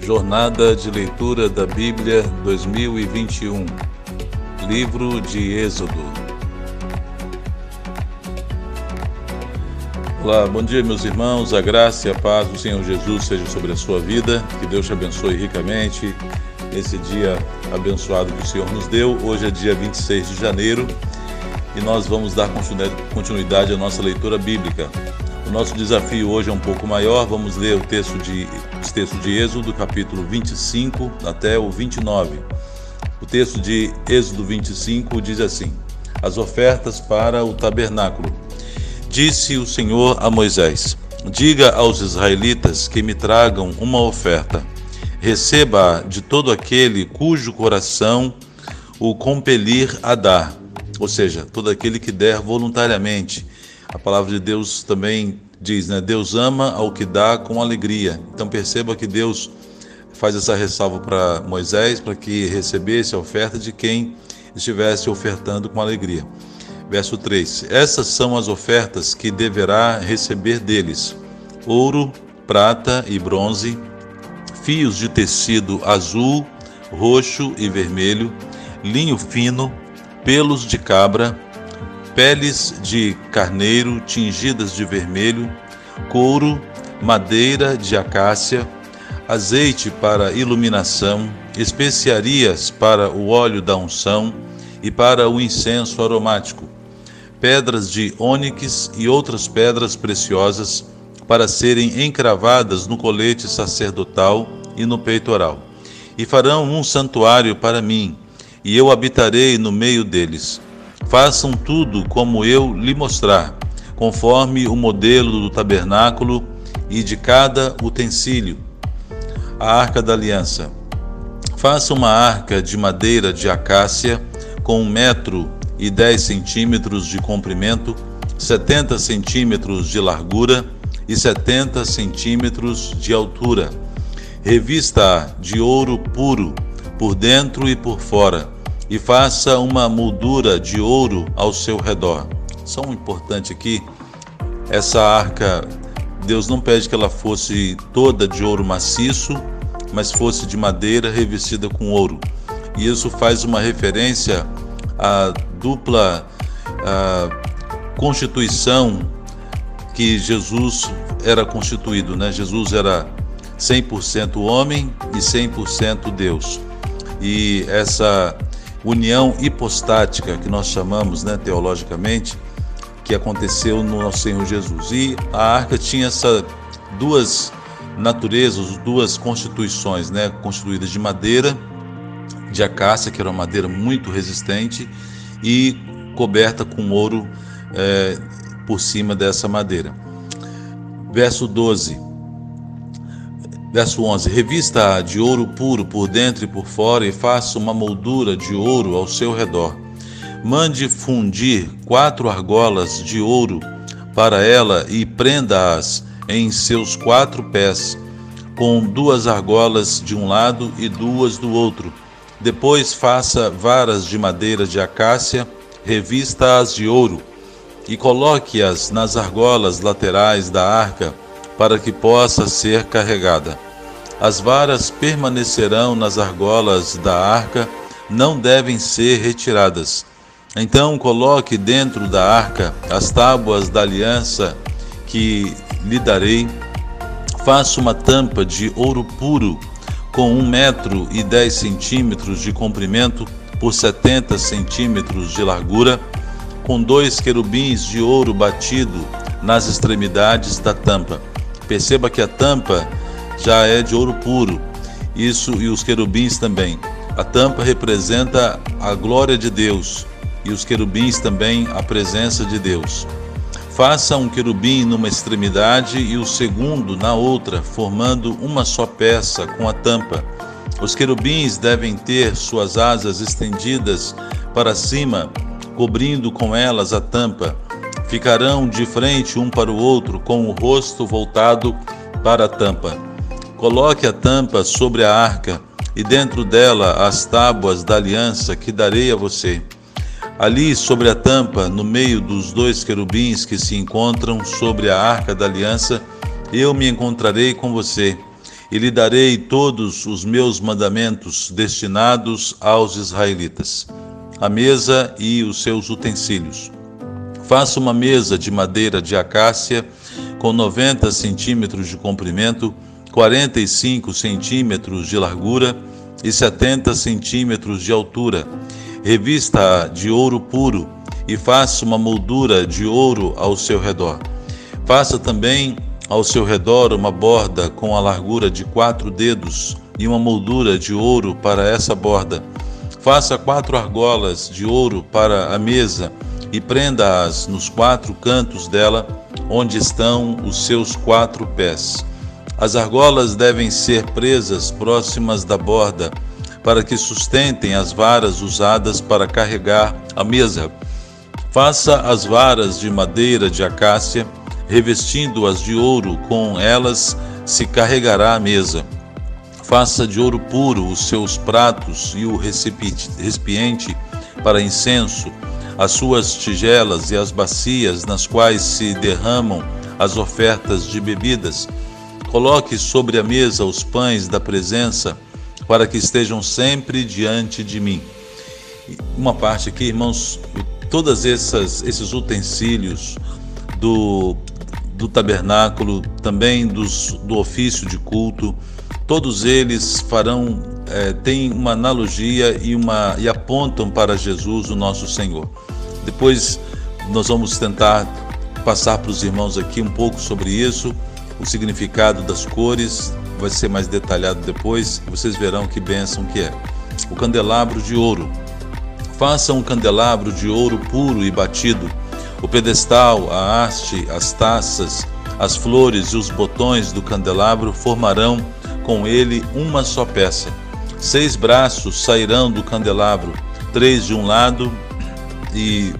Jornada de Leitura da Bíblia 2021, Livro de Êxodo. Olá, bom dia meus irmãos, a graça e a paz do Senhor Jesus seja sobre a sua vida, que Deus te abençoe ricamente nesse dia abençoado que o Senhor nos deu. Hoje é dia 26 de janeiro e nós vamos dar continuidade à nossa leitura bíblica. O nosso desafio hoje é um pouco maior, vamos ler os textos de Êxodo, capítulo 25 até o 29. O texto de Êxodo 25 diz assim: as ofertas para o tabernáculo. Disse o Senhor a Moisés: diga aos israelitas que me tragam uma oferta. Receba de todo aquele cujo coração o compelir a dar, ou seja, todo aquele que der voluntariamente. A palavra de Deus também diz, Deus ama ao que dá com alegria. Então perceba que Deus faz essa ressalva para Moisés, para que recebesse a oferta de quem estivesse ofertando com alegria. Verso 3: essas são as ofertas que deverá receber deles: ouro, prata e bronze, fios de tecido azul, roxo e vermelho, linho fino, pelos de cabra, peles de carneiro tingidas de vermelho, couro, madeira de acácia, azeite para iluminação, especiarias para o óleo da unção e para o incenso aromático, pedras de ônix e outras pedras preciosas para serem encravadas no colete sacerdotal e no peitoral. E farão um santuário para mim, e eu habitarei no meio deles. Façam tudo como eu lhe mostrar, conforme o modelo do tabernáculo e de cada utensílio. A arca da aliança. Faça uma arca de madeira de acácia com 1,10 m de comprimento, 70 centímetros de largura e 70 centímetros de altura. Revista-a de ouro puro, por dentro e por fora, e faça uma moldura de ouro ao seu redor. Só um importante aqui, essa arca, Deus não pede que ela fosse toda de ouro maciço, mas fosse de madeira revestida com ouro. E isso faz uma referência à dupla constituição que Jesus era constituído, Jesus era 100% homem e 100% Deus. E essa união hipostática que nós chamamos, teologicamente, que aconteceu no nosso Senhor Jesus. E a arca tinha essas duas naturezas, duas constituições, constituídas de madeira de acácia, que era uma madeira muito resistente, e coberta com ouro por cima dessa madeira. Verso 11: revista-a de ouro puro por dentro e por fora e faça uma moldura de ouro ao seu redor. Mande fundir 4 argolas de ouro para ela e prenda-as em seus 4 pés, com 2 argolas de um lado e 2 do outro. Depois faça varas de madeira de acácia, revista-as de ouro e coloque-as nas argolas laterais da arca, para que possa ser carregada. As varas permanecerão nas argolas da arca, não devem ser retiradas. Então coloque dentro da arca as tábuas da aliança que lhe darei. Faça uma tampa de ouro puro com 1,10 m de comprimento por 70 centímetros de largura, com 2 querubins de ouro batido nas extremidades da tampa. Perceba que a tampa já é de ouro puro, isso, e os querubins também. A tampa representa a glória de Deus e os querubins também a presença de Deus. Faça um querubim numa extremidade e o segundo na outra, formando uma só peça com a tampa. Os querubins devem ter suas asas estendidas para cima, cobrindo com elas a tampa. Ficarão de frente um para o outro, com o rosto voltado para a tampa. Coloque a tampa sobre a arca e dentro dela as tábuas da aliança que darei a você. Ali sobre a tampa, no meio dos 2 querubins que se encontram sobre a arca da aliança, eu me encontrarei com você, e lhe darei todos os meus mandamentos destinados aos israelitas, a mesa e os seus utensílios. Faça uma mesa de madeira de acácia com 90 centímetros de comprimento, 45 centímetros de largura e 70 centímetros de altura. Revista-a de ouro puro e faça uma moldura de ouro ao seu redor. Faça também ao seu redor uma borda com a largura de 4 dedos e uma moldura de ouro para essa borda. Faça 4 argolas de ouro para a mesa e prenda-as nos 4 cantos dela, onde estão os seus 4 pés. As argolas devem ser presas próximas da borda, para que sustentem as varas usadas para carregar a mesa. Faça as varas de madeira de acácia, revestindo-as de ouro, com elas se carregará a mesa. Faça de ouro puro os seus pratos e o recipiente para incenso, as suas tigelas e as bacias nas quais se derramam as ofertas de bebidas. Coloque sobre a mesa os pães da presença, para que estejam sempre diante de mim. Uma parte aqui, irmãos, todos esses utensílios do tabernáculo, também do ofício de culto, todos eles têm uma analogia e apontam para Jesus, o nosso Senhor. Depois nós vamos tentar passar para os irmãos aqui um pouco sobre isso, o significado das cores, vai ser mais detalhado depois, e vocês verão que bênção que é. O candelabro de ouro. Faça um candelabro de ouro puro e batido. O pedestal, a haste, as taças, as flores e os botões do candelabro formarão com ele uma só peça. 6 braços sairão do candelabro, 3 de um lado e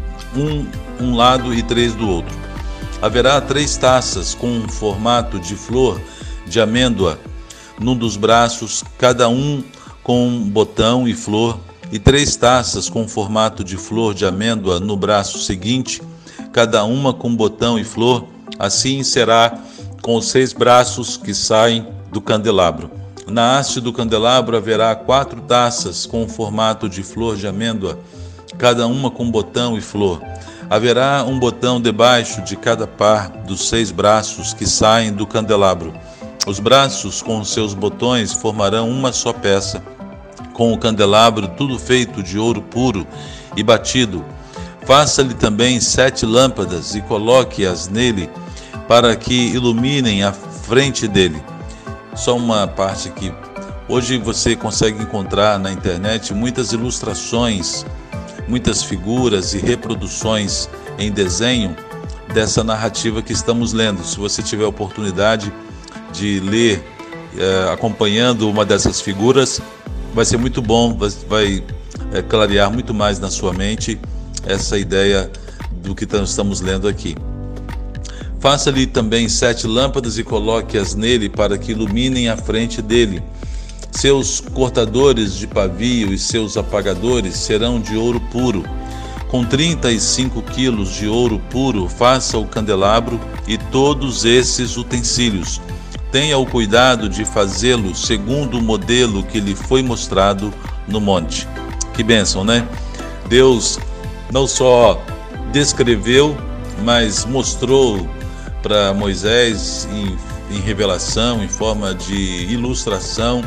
um lado e 3 do outro. Haverá 3 taças com um formato de flor de amêndoa num dos braços, cada um com um botão e flor, e 3 taças com formato de flor de amêndoa no braço seguinte, cada uma com botão e flor. Assim será com os 6 braços que saem do candelabro. Na haste do candelabro haverá 4 taças com formato de flor de amêndoa, cada uma com botão e flor. Haverá um botão debaixo de cada par dos 6 braços que saem do candelabro. Os braços com seus botões formarão uma só peça, com o candelabro tudo feito de ouro puro e batido. Faça-lhe também 7 lâmpadas e coloque-as nele, para que iluminem a frente dele. Só uma parte aqui. Hoje você consegue encontrar na internet muitas ilustrações, muitas figuras e reproduções em desenho dessa narrativa que estamos lendo. Se você tiver a oportunidade de ler acompanhando uma dessas figuras, vai ser muito bom, vai clarear muito mais na sua mente essa ideia do que estamos lendo aqui. Faça-lhe também 7 lâmpadas e coloque-as nele, para que iluminem a frente dele. Seus cortadores de pavio e seus apagadores serão de ouro puro. Com 35 quilos de ouro puro, faça o candelabro e todos esses utensílios. Tenha o cuidado de fazê-lo segundo o modelo que lhe foi mostrado no monte. Que bênção, né? Deus não só descreveu, mas mostrou para Moisés em revelação, em forma de ilustração,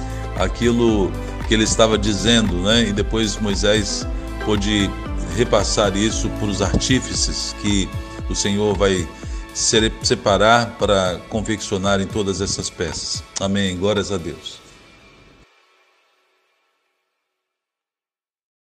aquilo que ele estava dizendo, né? E depois Moisés pôde repassar isso para os artífices que o Senhor vai separar para confeccionarem todas essas peças. Amém. Glórias a Deus.